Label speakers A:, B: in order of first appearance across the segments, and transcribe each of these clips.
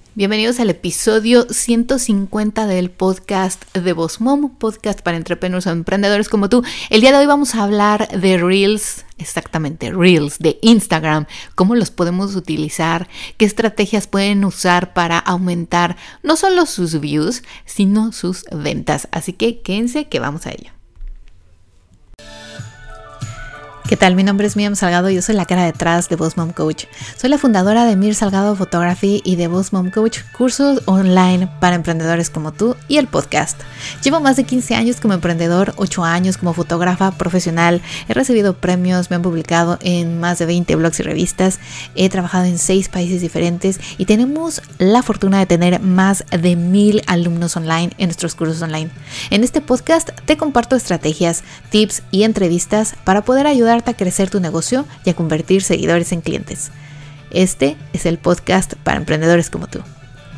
A: Bienvenidos al episodio 150 del podcast de Boss Mom, podcast para entrepreneurs o emprendedores como tú. El día de hoy vamos a hablar de Reels, exactamente, Reels de Instagram, cómo los podemos utilizar, qué estrategias pueden usar para aumentar no solo sus views, sino sus ventas. Así que quédense que vamos a ello. ¿Qué tal? Mi nombre es Miriam Salgado y yo soy la cara detrás de Boss Mom Coach. Soy la fundadora de Mir Salgado Photography y de Boss Mom Coach, cursos online para emprendedores como tú y el podcast. Llevo más de 15 años como emprendedor, 8 años como fotógrafa profesional. He recibido premios, me han publicado en más de 20 blogs y revistas. He trabajado en 6 países diferentes y tenemos la fortuna de tener más de 1000 alumnos online en nuestros cursos online. En este podcast te comparto estrategias, tips y entrevistas para poder ayudar a crecer tu negocio y a convertir seguidores en clientes. Este es el podcast para emprendedores como tú.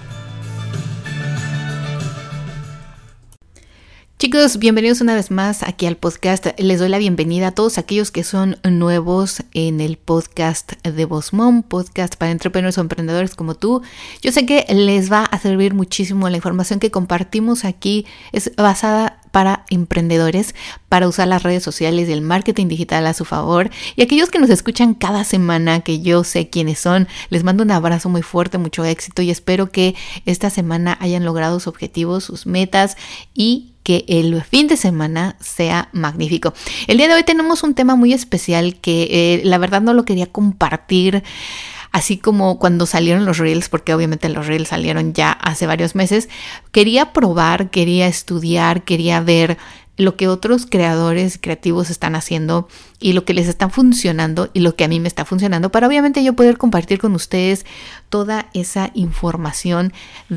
A: Chicos, bienvenidos una vez más aquí al podcast. Les doy la bienvenida a todos aquellos que son nuevos en el podcast de Boss Mom, podcast para entrepreneurs o emprendedores como tú. Yo sé que les va a servir muchísimo la información que compartimos aquí. Es basada para emprendedores, para usar las redes sociales y el marketing digital a su favor. Y aquellos que nos escuchan cada semana, que yo sé quiénes son, les mando un abrazo muy fuerte, mucho éxito y espero que esta semana hayan logrado sus objetivos, sus metas y que el fin de semana sea magnífico. El día de hoy tenemos un tema muy especial que la verdad no lo quería compartir así como cuando salieron los Reels, porque obviamente los Reels salieron ya hace varios meses. Quería probar, quería estudiar, quería ver lo que otros creadores creativos están haciendo y lo que les está funcionando y lo que a mí me está funcionando para obviamente yo poder compartir con ustedes toda esa información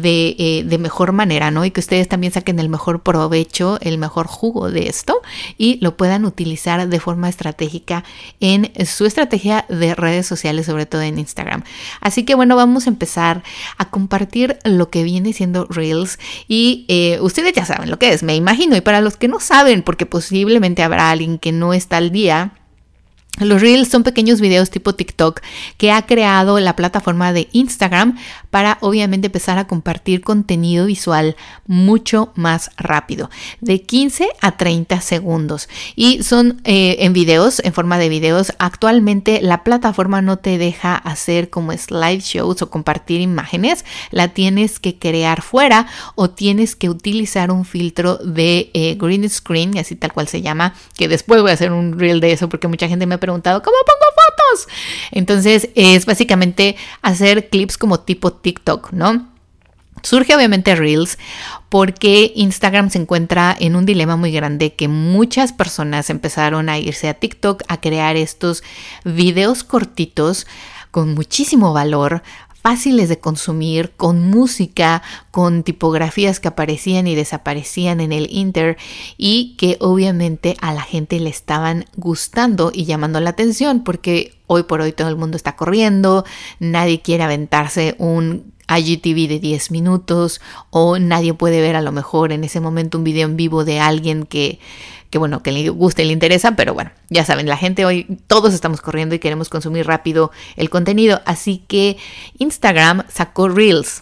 A: de mejor manera, ¿no? Y que ustedes también saquen el mejor provecho, el mejor jugo de esto y lo puedan utilizar de forma estratégica en su estrategia de redes sociales, sobre todo en Instagram. Así que bueno, vamos a empezar a compartir lo que viene siendo Reels y ustedes ya saben lo que es, me imagino, y para los que no saben, porque posiblemente habrá alguien que no está al día, los Reels son pequeños videos tipo TikTok que ha creado la plataforma de Instagram para obviamente empezar a compartir contenido visual mucho más rápido, de 15 a 30 segundos. Y son en videos, en forma de videos. Actualmente la plataforma no te deja hacer como slideshows o compartir imágenes, la tienes que crear fuera o tienes que utilizar un filtro de green screen, así tal cual se llama, que después voy a hacer un reel de eso porque mucha gente me ha preguntado ¿cómo pongo fotos? Entonces es básicamente hacer clips como tipo TikTok, ¿no? Surge obviamente Reels porque Instagram se encuentra en un dilema muy grande que muchas personas empezaron a irse a TikTok a crear estos videos cortitos con muchísimo valor, fáciles de consumir, con música, con tipografías que aparecían y desaparecían en el Inter y que obviamente a la gente le estaban gustando y llamando la atención porque hoy por hoy todo el mundo está corriendo, nadie quiere aventarse un IGTV de 10 minutos o nadie puede ver a lo mejor en ese momento un video en vivo de alguien que bueno, que le gusta y le interesa, pero bueno, ya saben, la gente hoy, todos estamos corriendo y queremos consumir rápido el contenido, así que Instagram sacó Reels.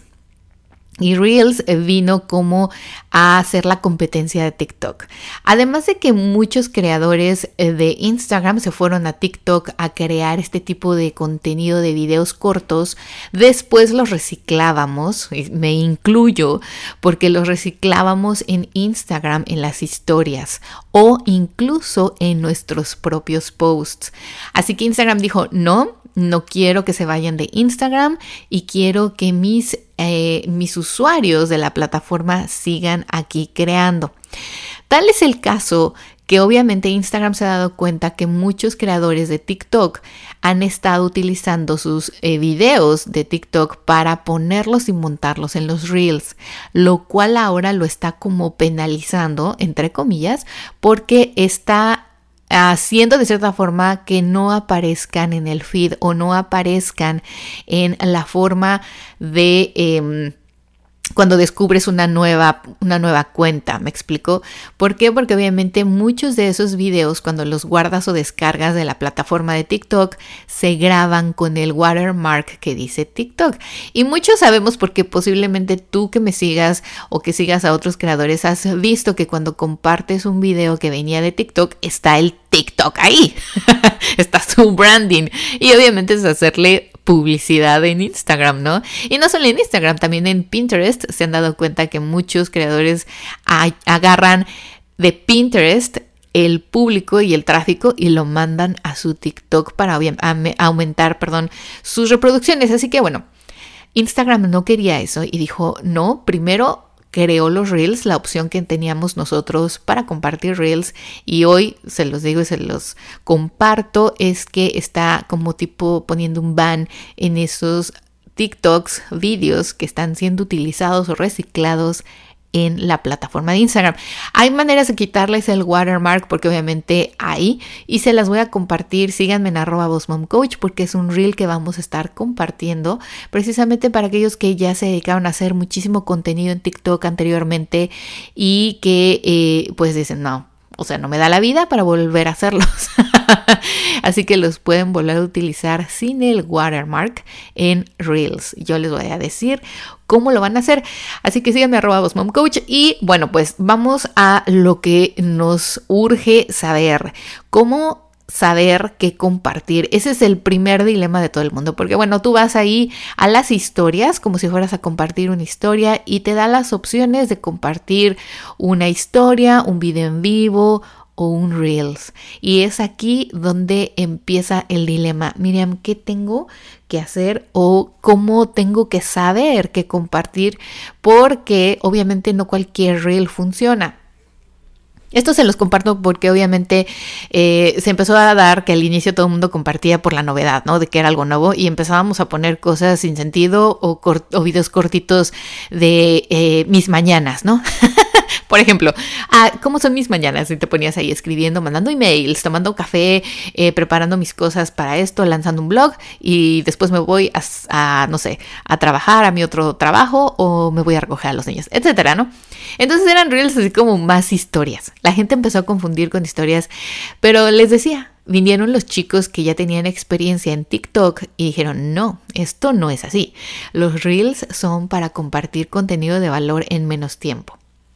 A: Y Reels vino como a hacer la competencia de TikTok. Además de que muchos creadores de Instagram se fueron a TikTok a crear este tipo de contenido de videos cortos, después los reciclábamos, me incluyo, porque los reciclábamos en Instagram en las historias o incluso en nuestros propios posts. Así que Instagram dijo, no quiero que se vayan de Instagram y quiero que mis usuarios de la plataforma sigan aquí creando. Tal es el caso que obviamente Instagram se ha dado cuenta que muchos creadores de TikTok han estado utilizando sus videos de TikTok para ponerlos y montarlos en los Reels, lo cual ahora lo está como penalizando, entre comillas, porque está haciendo de cierta forma que no aparezcan en el feed o no aparezcan en la forma de cuando descubres una nueva cuenta, ¿me explico? ¿Por qué? Porque obviamente muchos de esos videos, cuando los guardas o descargas de la plataforma de TikTok, se graban con el watermark que dice TikTok. Y muchos sabemos, porque posiblemente tú que me sigas o que sigas a otros creadores has visto que cuando compartes un video que venía de TikTok, está el TikTok ahí. Está su branding. Y obviamente es hacerle publicidad en Instagram, ¿no? Y no solo en Instagram, también en Pinterest se han dado cuenta que muchos creadores agarran de Pinterest el público y el tráfico y lo mandan a su TikTok para aumentar, sus reproducciones. Así que bueno, Instagram no quería eso y dijo, no, primero creó los Reels, la opción que teníamos nosotros para compartir Reels, y hoy se los digo y se los comparto, es que está como tipo poniendo un ban en esos TikToks, vídeos que están siendo utilizados o reciclados en la plataforma de Instagram. Hay maneras de quitarles el watermark porque obviamente hay, y se las voy a compartir. Síganme en @bossmomcoach porque es un reel que vamos a estar compartiendo precisamente para aquellos que ya se dedicaron a hacer muchísimo contenido en TikTok anteriormente y que pues dicen no, o sea, no me da la vida para volver a hacerlos. Así que los pueden volver a utilizar sin el watermark en Reels. Yo les voy a decir cómo lo van a hacer. Así que síganme @bossmomcoach. Y bueno, pues vamos a lo que nos urge saber. ¿Cómo saber qué compartir? Ese es el primer dilema de todo el mundo, porque bueno, tú vas ahí a las historias como si fueras a compartir una historia y te da las opciones de compartir una historia, un video en vivo o un Reels. Y es aquí donde empieza el dilema. Miriam, ¿qué tengo que hacer o cómo tengo que saber qué compartir? Porque obviamente no cualquier Reel funciona. Esto se los comparto porque obviamente se empezó a dar que al inicio todo el mundo compartía por la novedad, ¿no? De que era algo nuevo y empezábamos a poner cosas sin sentido o videos cortitos de mis mañanas, ¿no? Por ejemplo, ¿cómo son mis mañanas? Y te ponías ahí escribiendo, mandando emails, tomando café, preparando mis cosas para esto, lanzando un blog y después me voy no sé, a trabajar a mi otro trabajo o me voy a recoger a los niños, etcétera, ¿no? Entonces eran reels así como más historias. La gente empezó a confundir con historias, pero les decía, vinieron los chicos que ya tenían experiencia en TikTok y dijeron, no, esto no es así. Los reels son para compartir contenido de valor en menos tiempo.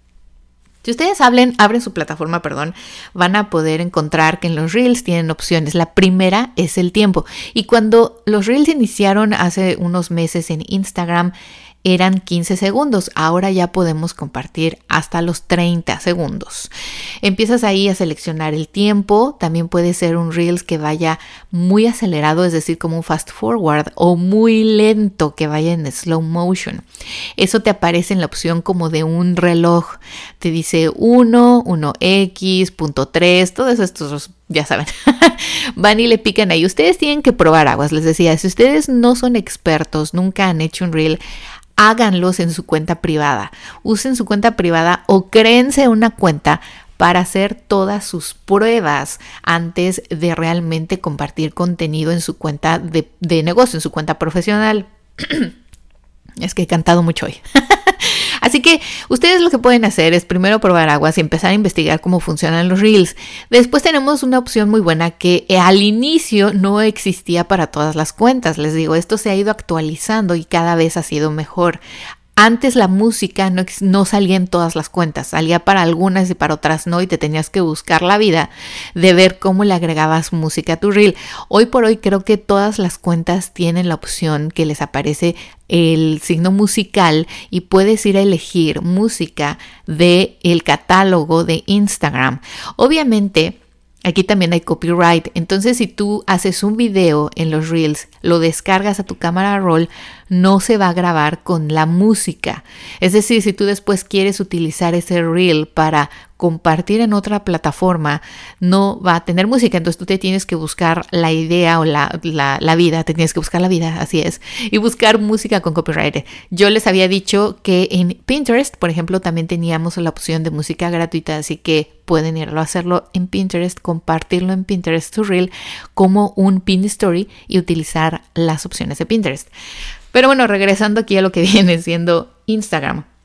A: Si ustedes abren su plataforma, van a poder encontrar que en los Reels tienen opciones. La primera es el tiempo. Y cuando los Reels iniciaron hace unos meses en Instagram, eran 15 segundos. Ahora ya podemos compartir hasta los 30 segundos. Empiezas ahí a seleccionar el tiempo. También puede ser un Reels que vaya muy acelerado, es decir, como un fast forward, o muy lento, que vaya en slow motion. Eso te aparece en la opción como de un reloj. Te dice 1, 1x, punto 3, todos estos, ya saben, van y le pican ahí. Ustedes tienen que probar aguas, les decía, si ustedes no son expertos, nunca han hecho un reel, háganlos en su cuenta privada. Usen su cuenta privada o créense una cuenta para hacer todas sus pruebas antes de realmente compartir contenido en su cuenta de negocio, en su cuenta profesional. Es que he cantado mucho hoy. Así que ustedes lo que pueden hacer es primero probar aguas y empezar a investigar cómo funcionan los Reels. Después tenemos una opción muy buena que al inicio no existía para todas las cuentas. Les digo, esto se ha ido actualizando y cada vez ha sido mejor. Antes la música no salía en todas las cuentas, salía para algunas y para otras no, y te tenías que buscar la vida de ver cómo le agregabas música a tu reel. Hoy por hoy creo que todas las cuentas tienen la opción que les aparece el signo musical y puedes ir a elegir música del catálogo de Instagram. Obviamente, aquí también hay copyright, entonces si tú haces un video en los Reels, lo descargas a tu cámara roll, no se va a grabar con la música. Es decir, si tú después quieres utilizar ese Reel para compartir en otra plataforma, no va a tener música. Entonces tú te tienes que buscar la idea o la vida, te tienes que buscar la vida, así es, y buscar música con copyright. Yo les había dicho que en Pinterest, por ejemplo, también teníamos la opción de música gratuita, así que pueden irlo a hacerlo en Pinterest, compartirlo en Pinterest tu Reel como un pin story y utilizar las opciones de Pinterest. Pero bueno, regresando aquí a lo que viene siendo Instagram.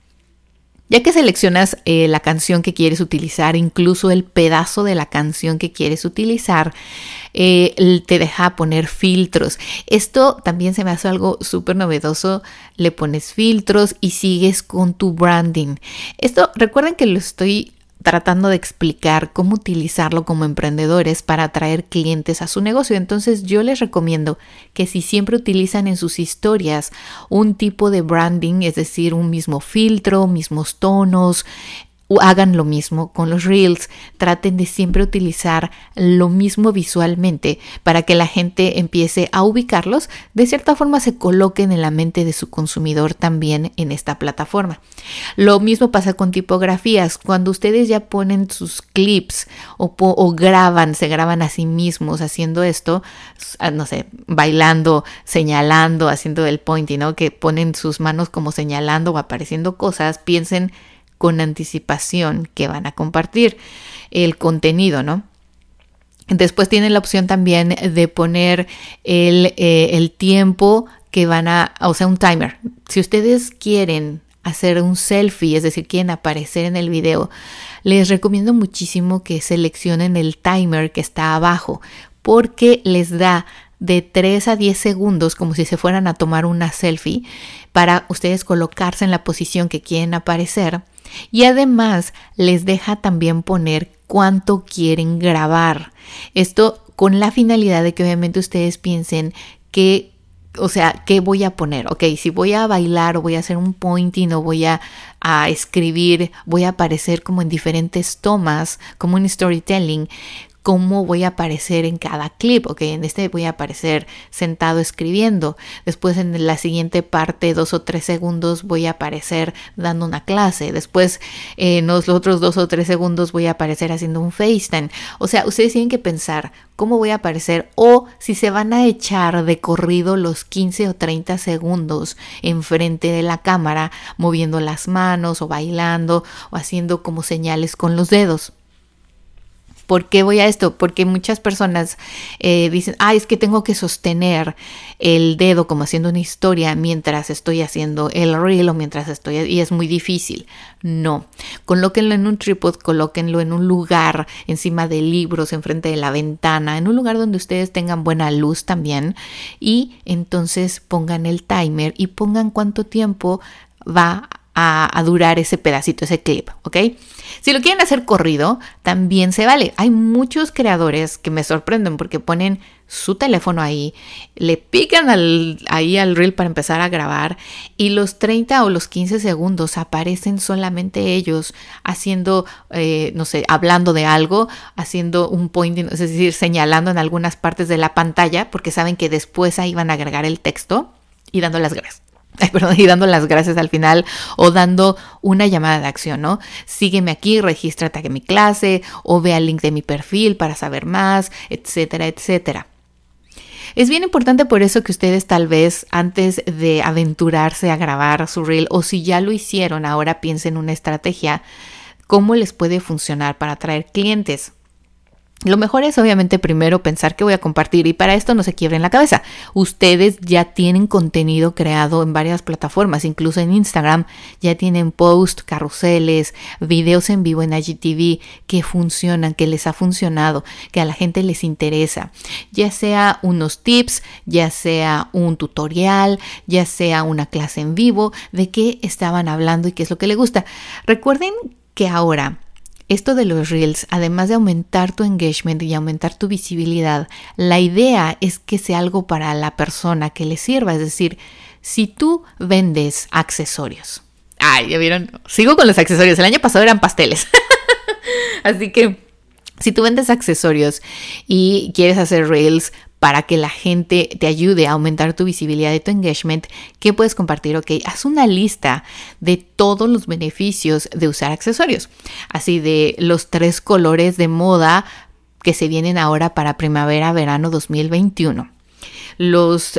A: Ya que seleccionas la canción que quieres utilizar, incluso el pedazo de la canción que quieres utilizar, te deja poner filtros. Esto también se me hace algo súper novedoso. Le pones filtros y sigues con tu branding. Esto, recuerden que lo estoy tratando de explicar cómo utilizarlo como emprendedores para atraer clientes a su negocio. Entonces yo les recomiendo que si siempre utilizan en sus historias un tipo de branding, es decir, un mismo filtro, mismos tonos, hagan lo mismo con los Reels. Traten de siempre utilizar lo mismo visualmente para que la gente empiece a ubicarlos. De cierta forma se coloquen en la mente de su consumidor también en esta plataforma. Lo mismo pasa con tipografías. Cuando ustedes ya ponen sus clips o se graban a sí mismos haciendo esto, no sé, bailando, señalando, haciendo el pointing, ¿no? Que ponen sus manos como señalando o apareciendo cosas, piensen con anticipación que van a compartir el contenido, ¿no? Después tienen la opción también de poner el tiempo que o sea, un timer. Si ustedes quieren hacer un selfie, es decir, quieren aparecer en el video, les recomiendo muchísimo que seleccionen el timer que está abajo, porque les da de 3 a 10 segundos, como si se fueran a tomar una selfie, para ustedes colocarse en la posición que quieren aparecer. Y además les deja también poner cuánto quieren grabar. Esto con la finalidad de que obviamente ustedes piensen qué voy a poner. Ok, si voy a bailar o voy a hacer un pointing o voy a escribir, voy a aparecer como en diferentes tomas, como un storytelling. Cómo voy a aparecer en cada clip. Ok, en este voy a aparecer sentado escribiendo. Después en la siguiente parte, 2 o 3 segundos, voy a aparecer dando una clase. Después en los otros 2 o 3 segundos voy a aparecer haciendo un FaceTime. O sea, ustedes tienen que pensar cómo voy a aparecer, o si se van a echar de corrido los 15 o 30 segundos enfrente de la cámara, moviendo las manos o bailando o haciendo como señales con los dedos. ¿Por qué voy a esto? Porque muchas personas dicen, es que tengo que sostener el dedo como haciendo una historia mientras estoy haciendo el reel o y es muy difícil. No, colóquenlo en un trípode, colóquenlo en un lugar encima de libros, enfrente de la ventana, en un lugar donde ustedes tengan buena luz también, y entonces pongan el timer y pongan cuánto tiempo va a durar ese pedacito, ese clip, ¿ok? Si lo quieren hacer corrido, también se vale. Hay muchos creadores que me sorprenden porque ponen su teléfono ahí, le pican ahí al reel para empezar a grabar, y los 30 o los 15 segundos aparecen solamente ellos haciendo, hablando de algo, haciendo un pointing, es decir, señalando en algunas partes de la pantalla, porque saben que después ahí van a agregar el texto y dando las gracias. Y dando las gracias al final, o dando una llamada de acción, ¿no? Sígueme aquí, regístrate a mi clase, o ve al link de mi perfil para saber más, etcétera, etcétera. Es bien importante por eso que ustedes tal vez antes de aventurarse a grabar su reel, o si ya lo hicieron, ahora piensen una estrategia, cómo les puede funcionar para atraer clientes. Lo mejor es obviamente primero pensar qué voy a compartir, y para esto no se quiebren la cabeza. Ustedes ya tienen contenido creado en varias plataformas, incluso en Instagram ya tienen posts, carruseles, videos en vivo en IGTV que funcionan, que les ha funcionado, que a la gente les interesa. Ya sea unos tips, ya sea un tutorial, ya sea una clase en vivo, de qué estaban hablando y qué es lo que les gusta. Recuerden que ahora esto de los Reels, además de aumentar tu engagement y aumentar tu visibilidad, la idea es que sea algo para la persona que le sirva. Es decir, si tú vendes accesorios. ¿Ya vieron? Sigo con los accesorios. El año pasado eran pasteles. Así que si tú vendes accesorios y quieres hacer Reels para que la gente te ayude a aumentar tu visibilidad y tu engagement, ¿qué puedes compartir? Ok, haz una lista de todos los beneficios de usar accesorios. Así de los 3 colores de moda que se vienen ahora para primavera-verano 2021. Los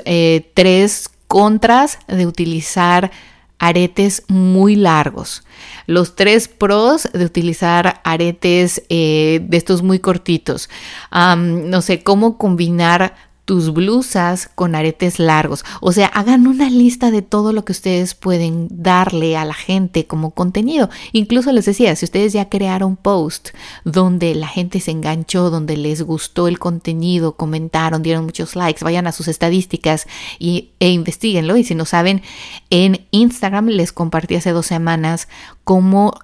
A: 3 contras de utilizar aretes muy largos. Los 3 pros de utilizar aretes de estos muy cortitos. Cómo combinar tus blusas con aretes largos. O sea, hagan una lista de todo lo que ustedes pueden darle a la gente como contenido. Incluso les decía, si ustedes ya crearon post donde la gente se enganchó, donde les gustó el contenido, comentaron, dieron muchos likes, vayan a sus estadísticas e investiguenlo. Y si no saben, en Instagram les compartí hace 2 semanas cómo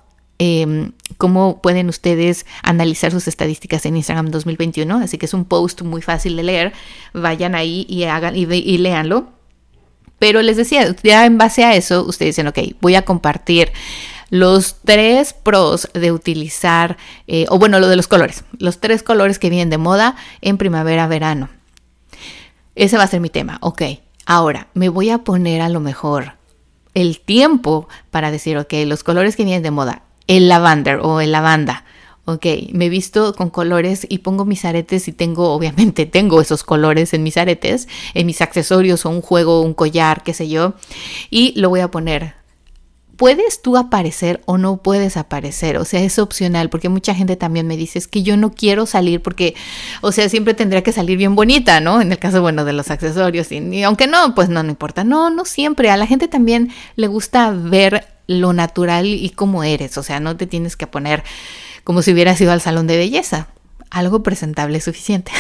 A: pueden ustedes analizar sus estadísticas en Instagram 2021, así que es un post muy fácil de leer, vayan ahí y hagan y léanlo. Pero les decía, ya en base a eso, ustedes dicen, ok, voy a compartir los 3 pros de utilizar, lo de los colores, los 3 colores que vienen de moda en primavera-verano. Ese va a ser mi tema, ok. Ahora, me voy a poner a lo mejor el tiempo para decir, ok, los colores que vienen de moda. El lavender o el lavanda. Ok, me he visto con colores y pongo mis aretes y obviamente tengo esos colores en mis aretes, en mis accesorios o un juego, un collar, qué sé yo. Y lo voy a poner. ¿Puedes tú aparecer o no puedes aparecer? O sea, es opcional, porque mucha gente también me dice, es que yo no quiero salir porque, o sea, siempre tendría que salir bien bonita, ¿no? En el caso, bueno, de los accesorios. Y aunque no, pues no importa. No siempre. A la gente también le gusta ver lo natural y cómo eres. O sea, no te tienes que poner como si hubieras ido al salón de belleza. Algo presentable es suficiente.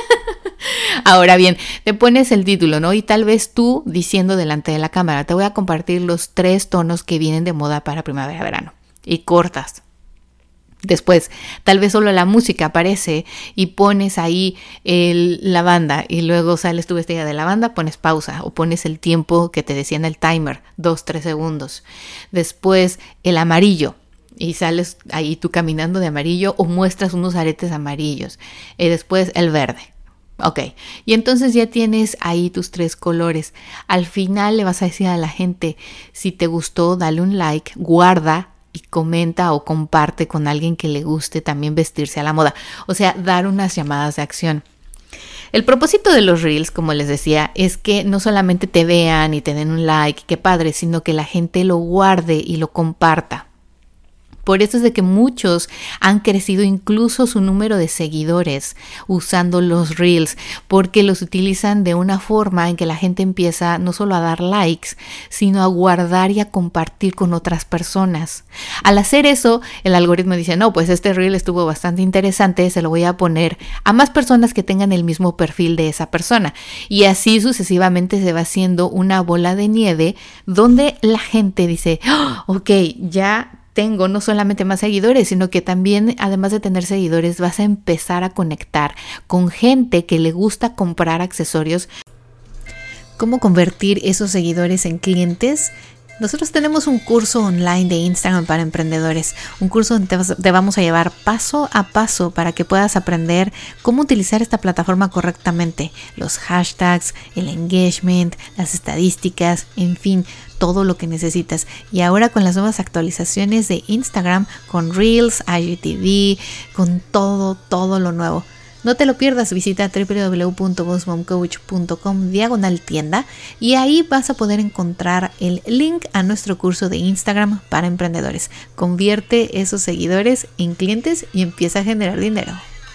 A: Ahora bien, te pones el título, ¿no? Y tal vez tú diciendo delante de la cámara, te voy a compartir los 3 tonos que vienen de moda para primavera-verano. Y cortas. Después, tal vez solo la música aparece y pones ahí la banda y luego sales tu vestida de lavanda, pones pausa o pones el tiempo que te decía en el timer, 2-3 segundos. Después, el amarillo. Y sales ahí tú caminando de amarillo o muestras unos aretes amarillos. Y después el verde. Ok, y entonces ya tienes ahí tus 3 colores. Al final le vas a decir a la gente, si te gustó, dale un like, guarda y comenta o comparte con alguien que le guste también vestirse a la moda. O sea, dar unas llamadas de acción. El propósito de los Reels, como les decía, es que no solamente te vean y te den un like, qué padre, sino que la gente lo guarde y lo comparta. Por eso es de que muchos han crecido incluso su número de seguidores usando los Reels, porque los utilizan de una forma en que la gente empieza no solo a dar likes, sino a guardar y a compartir con otras personas. Al hacer eso, el algoritmo dice, no, pues este Reel estuvo bastante interesante, se lo voy a poner a más personas que tengan el mismo perfil de esa persona. Y así sucesivamente se va haciendo una bola de nieve donde la gente dice, oh, ok, ya tengo no solamente más seguidores, sino que también, además de tener seguidores, vas a empezar a conectar con gente que le gusta comprar accesorios. ¿Cómo convertir esos seguidores en clientes? Nosotros tenemos un curso online de Instagram para emprendedores, un curso donde te vamos a llevar paso a paso para que puedas aprender cómo utilizar esta plataforma correctamente, los hashtags, el engagement, las estadísticas, en fin, todo lo que necesitas. Y ahora con las nuevas actualizaciones de Instagram, con Reels, IGTV, con todo lo nuevo. No te lo pierdas, visita www.bossmomcoach.com/tienda y ahí vas a poder encontrar el link a nuestro curso de Instagram para emprendedores. Convierte esos seguidores en clientes y empieza a generar dinero.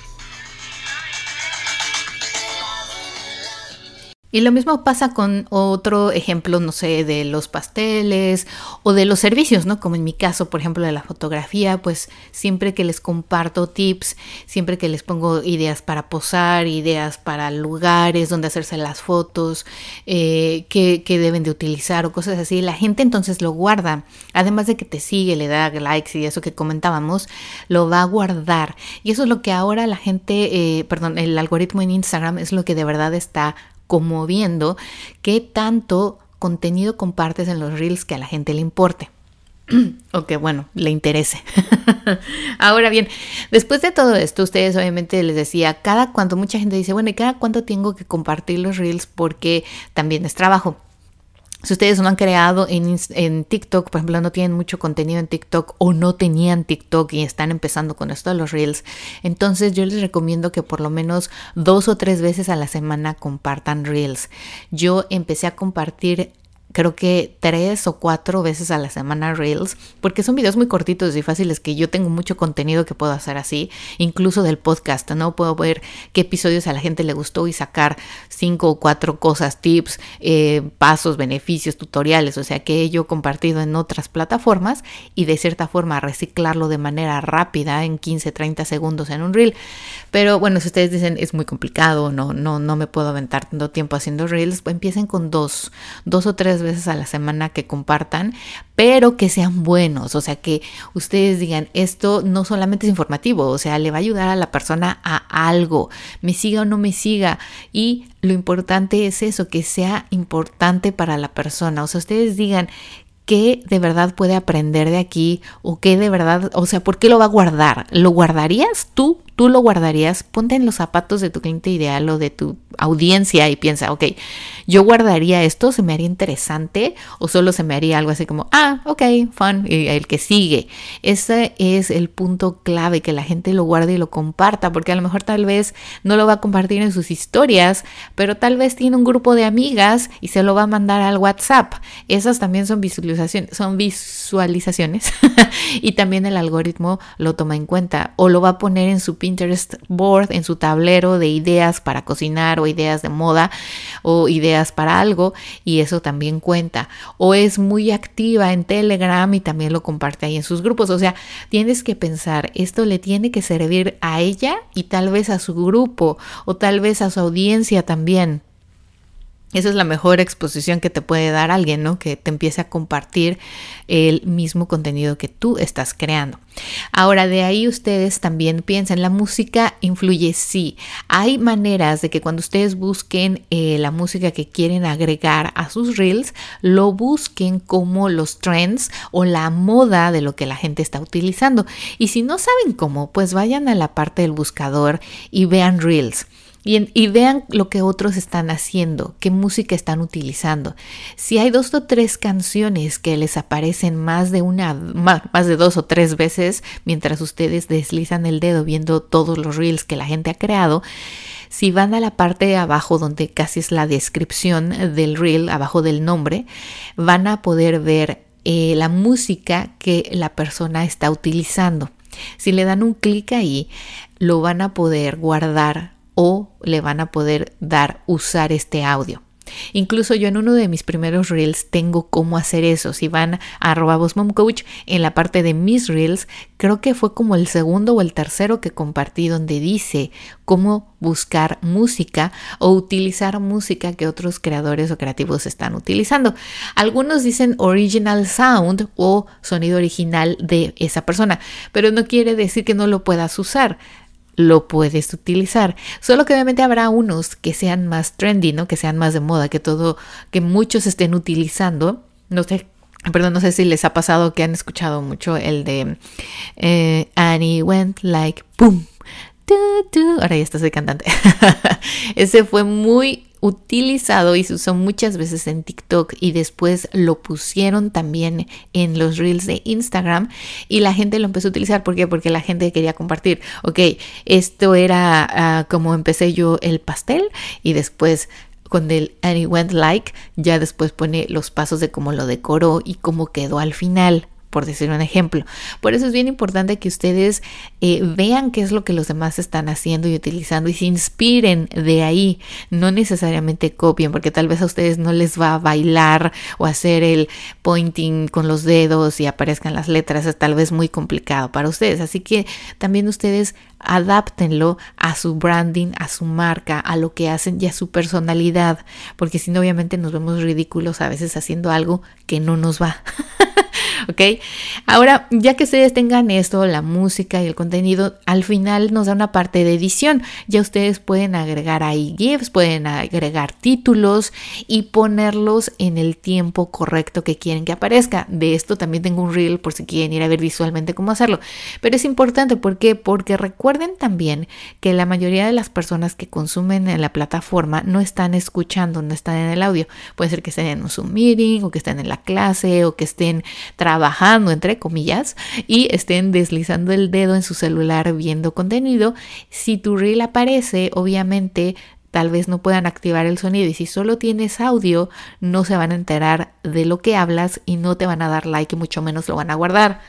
A: Y lo mismo pasa con otro ejemplo, no sé, de los pasteles o de los servicios, ¿no? Como en mi caso, por ejemplo, de la fotografía, pues siempre que les comparto tips, siempre que les pongo ideas para posar, ideas para lugares donde hacerse las fotos, que deben de utilizar o cosas así, la gente entonces lo guarda. Además de que te sigue, le da likes y eso que comentábamos, lo va a guardar. Y eso es lo que ahora la gente, el algoritmo en Instagram es lo que de verdad está como viendo qué tanto contenido compartes en los Reels que a la gente le importe. O que, bueno, le interese. Ahora bien, después de todo esto, ustedes obviamente les decía, mucha gente dice, bueno, ¿y cada cuánto tengo que compartir los Reels? Porque también es trabajo. Si ustedes no han creado en TikTok, por ejemplo, no tienen mucho contenido en TikTok o no tenían TikTok y están empezando con esto de los Reels, entonces yo les recomiendo que por lo menos 2 o 3 veces a la semana compartan Reels. Yo empecé a compartir creo que 3 o 4 veces a la semana Reels, porque son videos muy cortitos y fáciles, que yo tengo mucho contenido que puedo hacer así, incluso del podcast, ¿no? Puedo ver qué episodios a la gente le gustó y sacar 5 o 4 cosas, tips, pasos, beneficios, tutoriales, o sea, que yo he compartido en otras plataformas y de cierta forma reciclarlo de manera rápida en 15, 30 segundos en un Reel. Pero bueno, si ustedes dicen es muy complicado, no me puedo aventar tanto tiempo haciendo Reels, pues empiecen con 2 o 3 veces a la semana que compartan, pero que sean buenos, o sea, que ustedes digan, esto no solamente es informativo, o sea, le va a ayudar a la persona a algo, me siga o no me siga, y lo importante es eso, que sea importante para la persona, o sea, ustedes digan, ¿qué de verdad puede aprender de aquí? ¿O qué de verdad, o sea, por qué lo va a guardar? ¿Lo guardarías tú? ¿Tú lo guardarías? Ponte en los zapatos de tu cliente ideal o de tu audiencia y piensa, ok, ¿yo guardaría esto? ¿Se me haría interesante? ¿O solo se me haría algo así como, ok, fun, y el que sigue? Ese es el punto clave, que la gente lo guarde y lo comparta, porque a lo mejor tal vez no lo va a compartir en sus historias, pero tal vez tiene un grupo de amigas y se lo va a mandar al WhatsApp. Esas también son visualizaciones y también el algoritmo lo toma en cuenta, o lo va a poner en su Pinterest board, en su tablero de ideas para cocinar o ideas de moda o ideas para algo, y eso también cuenta. O es muy activa en Telegram y también lo comparte ahí en sus grupos. O sea, tienes que pensar, esto le tiene que servir a ella y tal vez a su grupo o tal vez a su audiencia también. Esa es la mejor exposición que te puede dar alguien, ¿no? Que te empiece a compartir el mismo contenido que tú estás creando. Ahora, de ahí ustedes también piensan, la música influye, sí. Hay maneras de que cuando ustedes busquen la música que quieren agregar a sus Reels, lo busquen como los trends o la moda de lo que la gente está utilizando. Y si no saben cómo, pues vayan a la parte del buscador y vean Reels. Y vean lo que otros están haciendo, qué música están utilizando. Si hay 2 o 3 canciones que les aparecen más de 2 o 3 veces mientras ustedes deslizan el dedo viendo todos los reels que la gente ha creado, si van a la parte de abajo donde casi es la descripción del reel, abajo del nombre, van a poder ver la música que la persona está utilizando. Si le dan un clic ahí, lo van a poder guardar o le van a poder usar este audio. Incluso yo en uno de mis primeros reels tengo cómo hacer eso. Si van a @bossmomcoach, en la parte de mis reels, creo que fue como el segundo o el tercero que compartí, donde dice cómo buscar música o utilizar música que otros creadores o creativos están utilizando. Algunos dicen original sound o sonido original de esa persona, pero no quiere decir que no lo puedas usar. Lo puedes utilizar, solo que obviamente habrá unos que sean más trendy, ¿no? Que sean más de moda, que muchos estén utilizando. No sé si les ha pasado que han escuchado mucho el de Annie went like boom, ahora ya soy cantante. Ese fue muy utilizado y se usó muchas veces en TikTok, y después lo pusieron también en los reels de Instagram y la gente lo empezó a utilizar. ¿Por qué? Porque la gente quería compartir. Ok, esto era como empecé yo el pastel, y después con el And It Went Like ya después pone los pasos de cómo lo decoró y cómo quedó al final, por decir un ejemplo. Por eso es bien importante que ustedes vean qué es lo que los demás están haciendo y utilizando y se inspiren de ahí. No necesariamente copien, porque tal vez a ustedes no les va a bailar o hacer el pointing con los dedos y aparezcan las letras. Es tal vez muy complicado para ustedes. Así que también ustedes adáptenlo a su branding, a su marca, a lo que hacen y a su personalidad, porque si no, obviamente nos vemos ridículos a veces haciendo algo que no nos va. ¿Ok? Ahora, ya que ustedes tengan esto, la música y el contenido, al final nos da una parte de edición. Ya ustedes pueden agregar ahí GIFs, pueden agregar títulos y ponerlos en el tiempo correcto que quieren que aparezca. De esto también tengo un reel por si quieren ir a ver visualmente cómo hacerlo. Pero es importante, ¿por qué? Porque recuerden también que la mayoría de las personas que consumen en la plataforma no están escuchando, no están en el audio. Puede ser que estén en un Zoom meeting, o que estén en la clase, o que estén trabajando, entre comillas, y estén deslizando el dedo en su celular viendo contenido. Si tu reel aparece, obviamente tal vez no puedan activar el sonido, y si solo tienes audio no se van a enterar de lo que hablas y no te van a dar like y mucho menos lo van a guardar.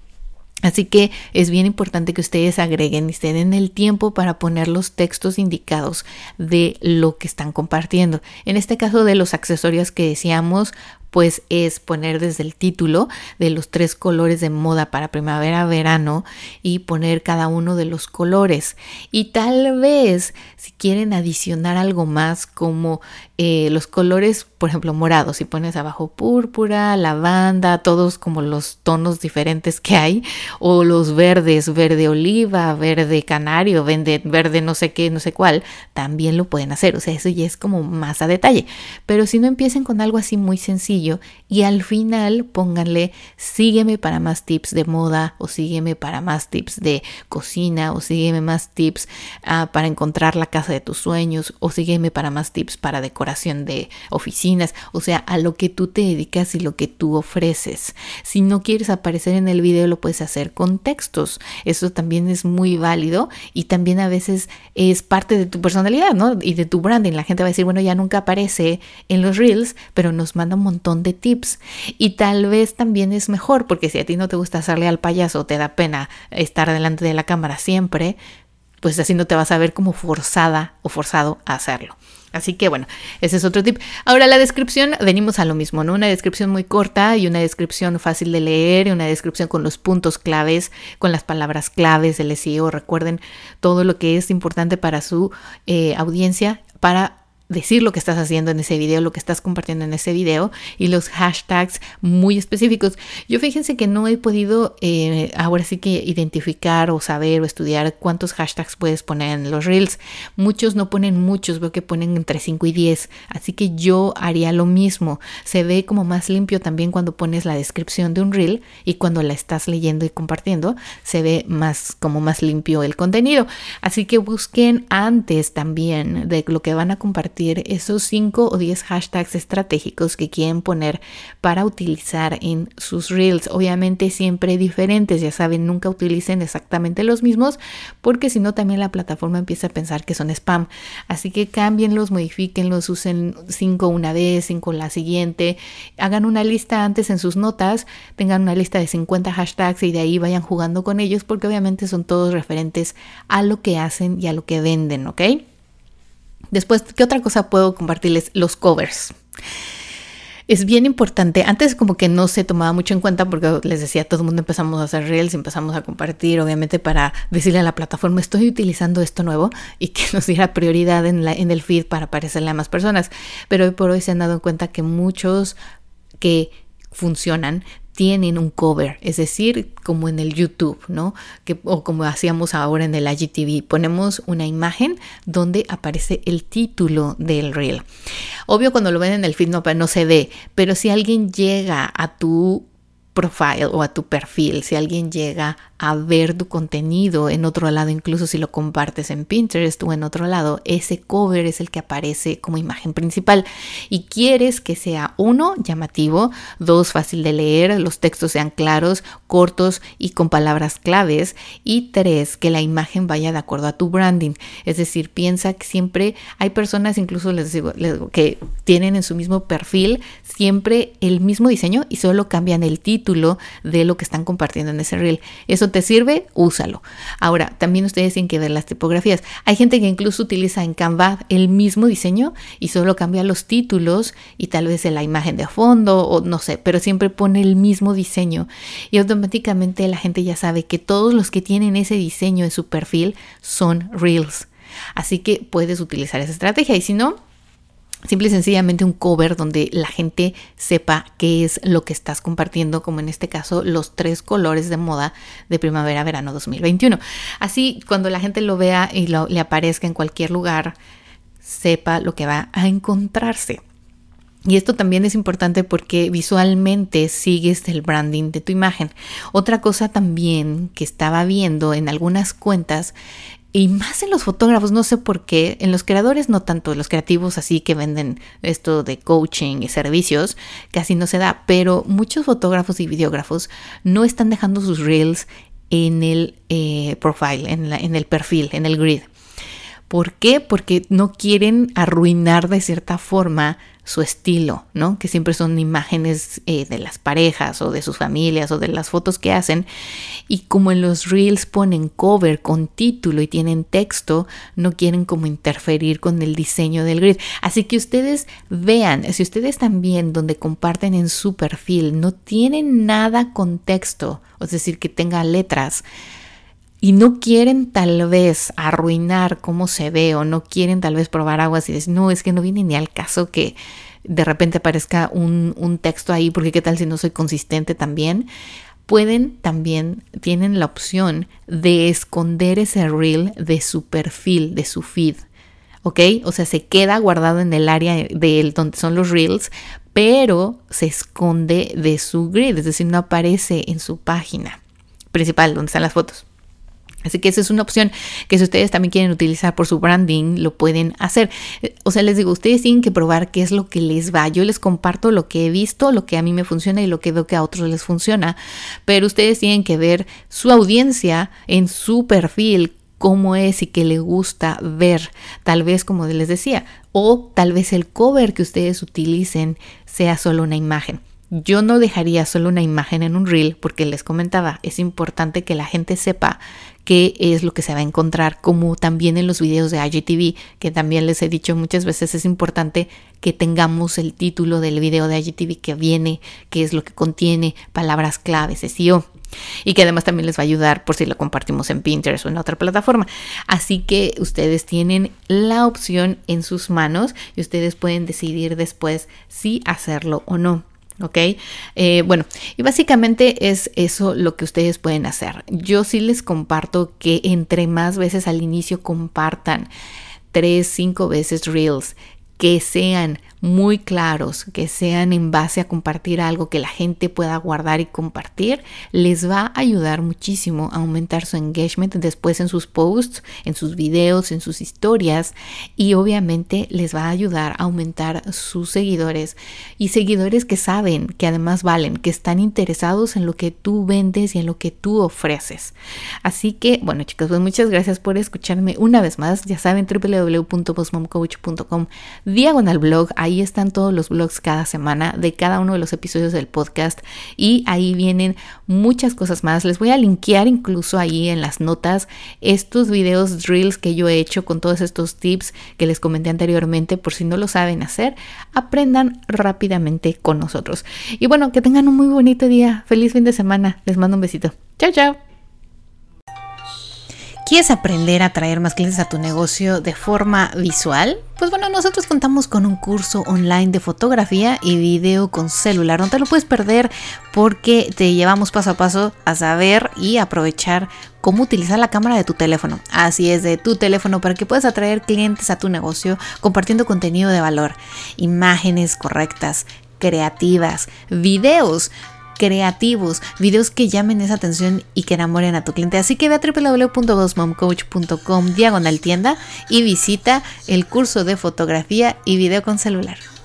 A: Así que es bien importante que ustedes agreguen y se den el tiempo para poner los textos indicados de lo que están compartiendo. En este caso de los accesorios que decíamos, pues es poner desde el título de los 3 colores de moda para primavera, verano, y poner cada uno de los colores. Y tal vez si quieren adicionar algo más como los colores, por ejemplo, morados, si pones abajo púrpura, lavanda, todos como los tonos diferentes que hay, o los verdes, verde oliva, verde canario, verde no sé qué, no sé cuál, también lo pueden hacer. O sea, eso ya es como más a detalle. Pero si no, empiecen con algo así muy sencillo y al final pónganle sígueme para más tips de moda, o sígueme para más tips de cocina, o sígueme más tips para encontrar la casa de tus sueños, o sígueme para más tips para decoración de oficinas, o sea, a lo que tú te dedicas y lo que tú ofreces. Si no quieres aparecer en el video, lo puedes hacer con textos. Eso también es muy válido y también a veces es parte de tu personalidad, ¿no? Y de tu branding. La gente va a decir, bueno, ya nunca aparece en los reels, pero nos manda un montón de tips. Y tal vez también es mejor, porque si a ti no te gusta hacerle al payaso, te da pena estar delante de la cámara siempre, pues así no te vas a ver como forzada o forzado a hacerlo. Así que bueno, ese es otro tip. Ahora la descripción, venimos a lo mismo, ¿no? Una descripción muy corta y una descripción fácil de leer, y una descripción con los puntos claves, con las palabras claves del SEO. Recuerden todo lo que es importante para su audiencia, para decir lo que estás haciendo en ese video, lo que estás compartiendo en ese video, y los hashtags muy específicos. Yo fíjense que no he podido ahora sí que identificar o saber o estudiar cuántos hashtags puedes poner en los reels. Muchos no ponen muchos, veo que ponen entre 5 y 10, así que yo haría lo mismo. Se ve como más limpio también cuando pones la descripción de un reel, y cuando la estás leyendo y compartiendo se ve más como más limpio el contenido. Así que busquen antes también de lo que van a compartir esos 5 o 10 hashtags estratégicos que quieren poner para utilizar en sus reels. Obviamente siempre diferentes, ya saben, nunca utilicen exactamente los mismos, porque si no también la plataforma empieza a pensar que son spam. Así que cámbienlos, modifíquenlos, usen 5 una vez, 5 la siguiente, hagan una lista antes en sus notas, tengan una lista de 50 hashtags y de ahí vayan jugando con ellos, porque obviamente son todos referentes a lo que hacen y a lo que venden, ¿ok? Después, ¿qué otra cosa puedo compartirles? Los covers. Es bien importante. Antes como que no se tomaba mucho en cuenta, porque les decía, todo el mundo empezamos a hacer reels, empezamos a compartir, obviamente para decirle a la plataforma, estoy utilizando esto nuevo, y que nos diera prioridad en el feed para aparecerle a más personas. Pero hoy por hoy se han dado cuenta que muchos que funcionan tienen un cover, es decir, como en el YouTube, ¿no? O como hacíamos ahora en el IGTV, ponemos una imagen donde aparece el título del reel. Obvio, cuando lo ven en el feed no se ve, pero si alguien llega a tu profile o a tu perfil, si alguien llega a ver tu contenido en otro lado, incluso si lo compartes en Pinterest o en otro lado, ese cover es el que aparece como imagen principal, y quieres que sea 1, llamativo, 2, fácil de leer, los textos sean claros, cortos y con palabras claves, y 3, que la imagen vaya de acuerdo a tu branding. Es decir, piensa que siempre hay personas, incluso les digo, que tienen en su mismo perfil siempre el mismo diseño y solo cambian el título de lo que están compartiendo en ese reel. Eso te sirve, úsalo. Ahora, también ustedes tienen que ver las tipografías. Hay gente que incluso utiliza en Canva el mismo diseño y solo cambia los títulos y tal vez la imagen de fondo o no sé, pero siempre pone el mismo diseño, y automáticamente la gente ya sabe que todos los que tienen ese diseño en su perfil son reels. Así que puedes utilizar esa estrategia, y si no, simple y sencillamente un cover donde la gente sepa qué es lo que estás compartiendo, como en este caso los 3 colores de moda de primavera-verano 2021. Así, cuando la gente lo vea y le aparezca en cualquier lugar, sepa lo que va a encontrarse. Y esto también es importante porque visualmente sigues el branding de tu imagen. Otra cosa también que estaba viendo en algunas cuentas, y más en los fotógrafos, no sé por qué, en los creadores no tanto, los creativos así que venden esto de coaching y servicios, casi no se da, pero muchos fotógrafos y videógrafos no están dejando sus reels en el profile, en el perfil, en el grid. ¿Por qué? Porque no quieren arruinar de cierta forma su estilo, ¿no? Que siempre son imágenes de las parejas o de sus familias o de las fotos que hacen. Y como en los reels ponen cover con título y tienen texto, no quieren como interferir con el diseño del grid. Así que ustedes vean, si ustedes también donde comparten en su perfil no tienen nada con texto, es decir, que tenga letras, y no quieren tal vez arruinar cómo se ve o no quieren tal vez probar aguas y decir, no, es que no viene ni al caso que de repente aparezca un texto ahí, porque qué tal si no soy consistente también. Pueden también, tienen la opción de esconder ese reel de su perfil, de su feed, ¿ok? O sea, se queda guardado en el área de donde son los reels, pero se esconde de su grid, es decir, no aparece en su página principal donde están las fotos. Así que esa es una opción que si ustedes también quieren utilizar por su branding, lo pueden hacer. O sea, les digo, ustedes tienen que probar qué es lo que les va. Yo les comparto lo que he visto, lo que a mí me funciona y lo que veo que a otros les funciona. Pero ustedes tienen que ver su audiencia en su perfil, cómo es y qué le gusta ver. Tal vez, como les decía, o tal vez el cover que ustedes utilicen sea solo una imagen. Yo no dejaría solo una imagen en un reel porque les comentaba, es importante que la gente sepa qué es lo que se va a encontrar, como también en los videos de IGTV, que también les he dicho muchas veces, es importante que tengamos el título del video de IGTV que viene, qué es lo que contiene, palabras claves, SEO, y que además también les va a ayudar por si lo compartimos en Pinterest o en otra plataforma. Así que ustedes tienen la opción en sus manos y ustedes pueden decidir después si hacerlo o no. ¿Ok? Bueno, y básicamente es eso lo que ustedes pueden hacer. Yo sí les comparto que entre más veces al inicio compartan 3, 5 veces reels, que sean muy claros, que sean en base a compartir algo que la gente pueda guardar y compartir, les va a ayudar muchísimo a aumentar su engagement después en sus posts, en sus videos, en sus historias, y obviamente les va a ayudar a aumentar sus seguidores y seguidores que saben que además valen, que están interesados en lo que tú vendes y en lo que tú ofreces. Así que, bueno, chicos, pues muchas gracias por escucharme una vez más. Ya saben, www.bossmomcoach.com/blog. Ahí están todos los blogs cada semana de cada uno de los episodios del podcast y ahí vienen muchas cosas más. Les voy a linkear incluso ahí en las notas estos videos reels que yo he hecho con todos estos tips que les comenté anteriormente. Por si no lo saben hacer, aprendan rápidamente con nosotros. Y bueno, que tengan un muy bonito día. Feliz fin de semana. Les mando un besito. Chao, chao. ¿Quieres aprender a atraer más clientes a tu negocio de forma visual? Pues bueno, nosotros contamos con un curso online de fotografía y video con celular. No te lo puedes perder porque te llevamos paso a paso a saber y aprovechar cómo utilizar la cámara de tu teléfono. Así es, de tu teléfono, para que puedas atraer clientes a tu negocio compartiendo contenido de valor, imágenes correctas, creativas, videos creativos, videos que llamen esa atención y que enamoren a tu cliente. Así que ve a www.bossmomcoach.com/tienda y visita el curso de fotografía y video con celular.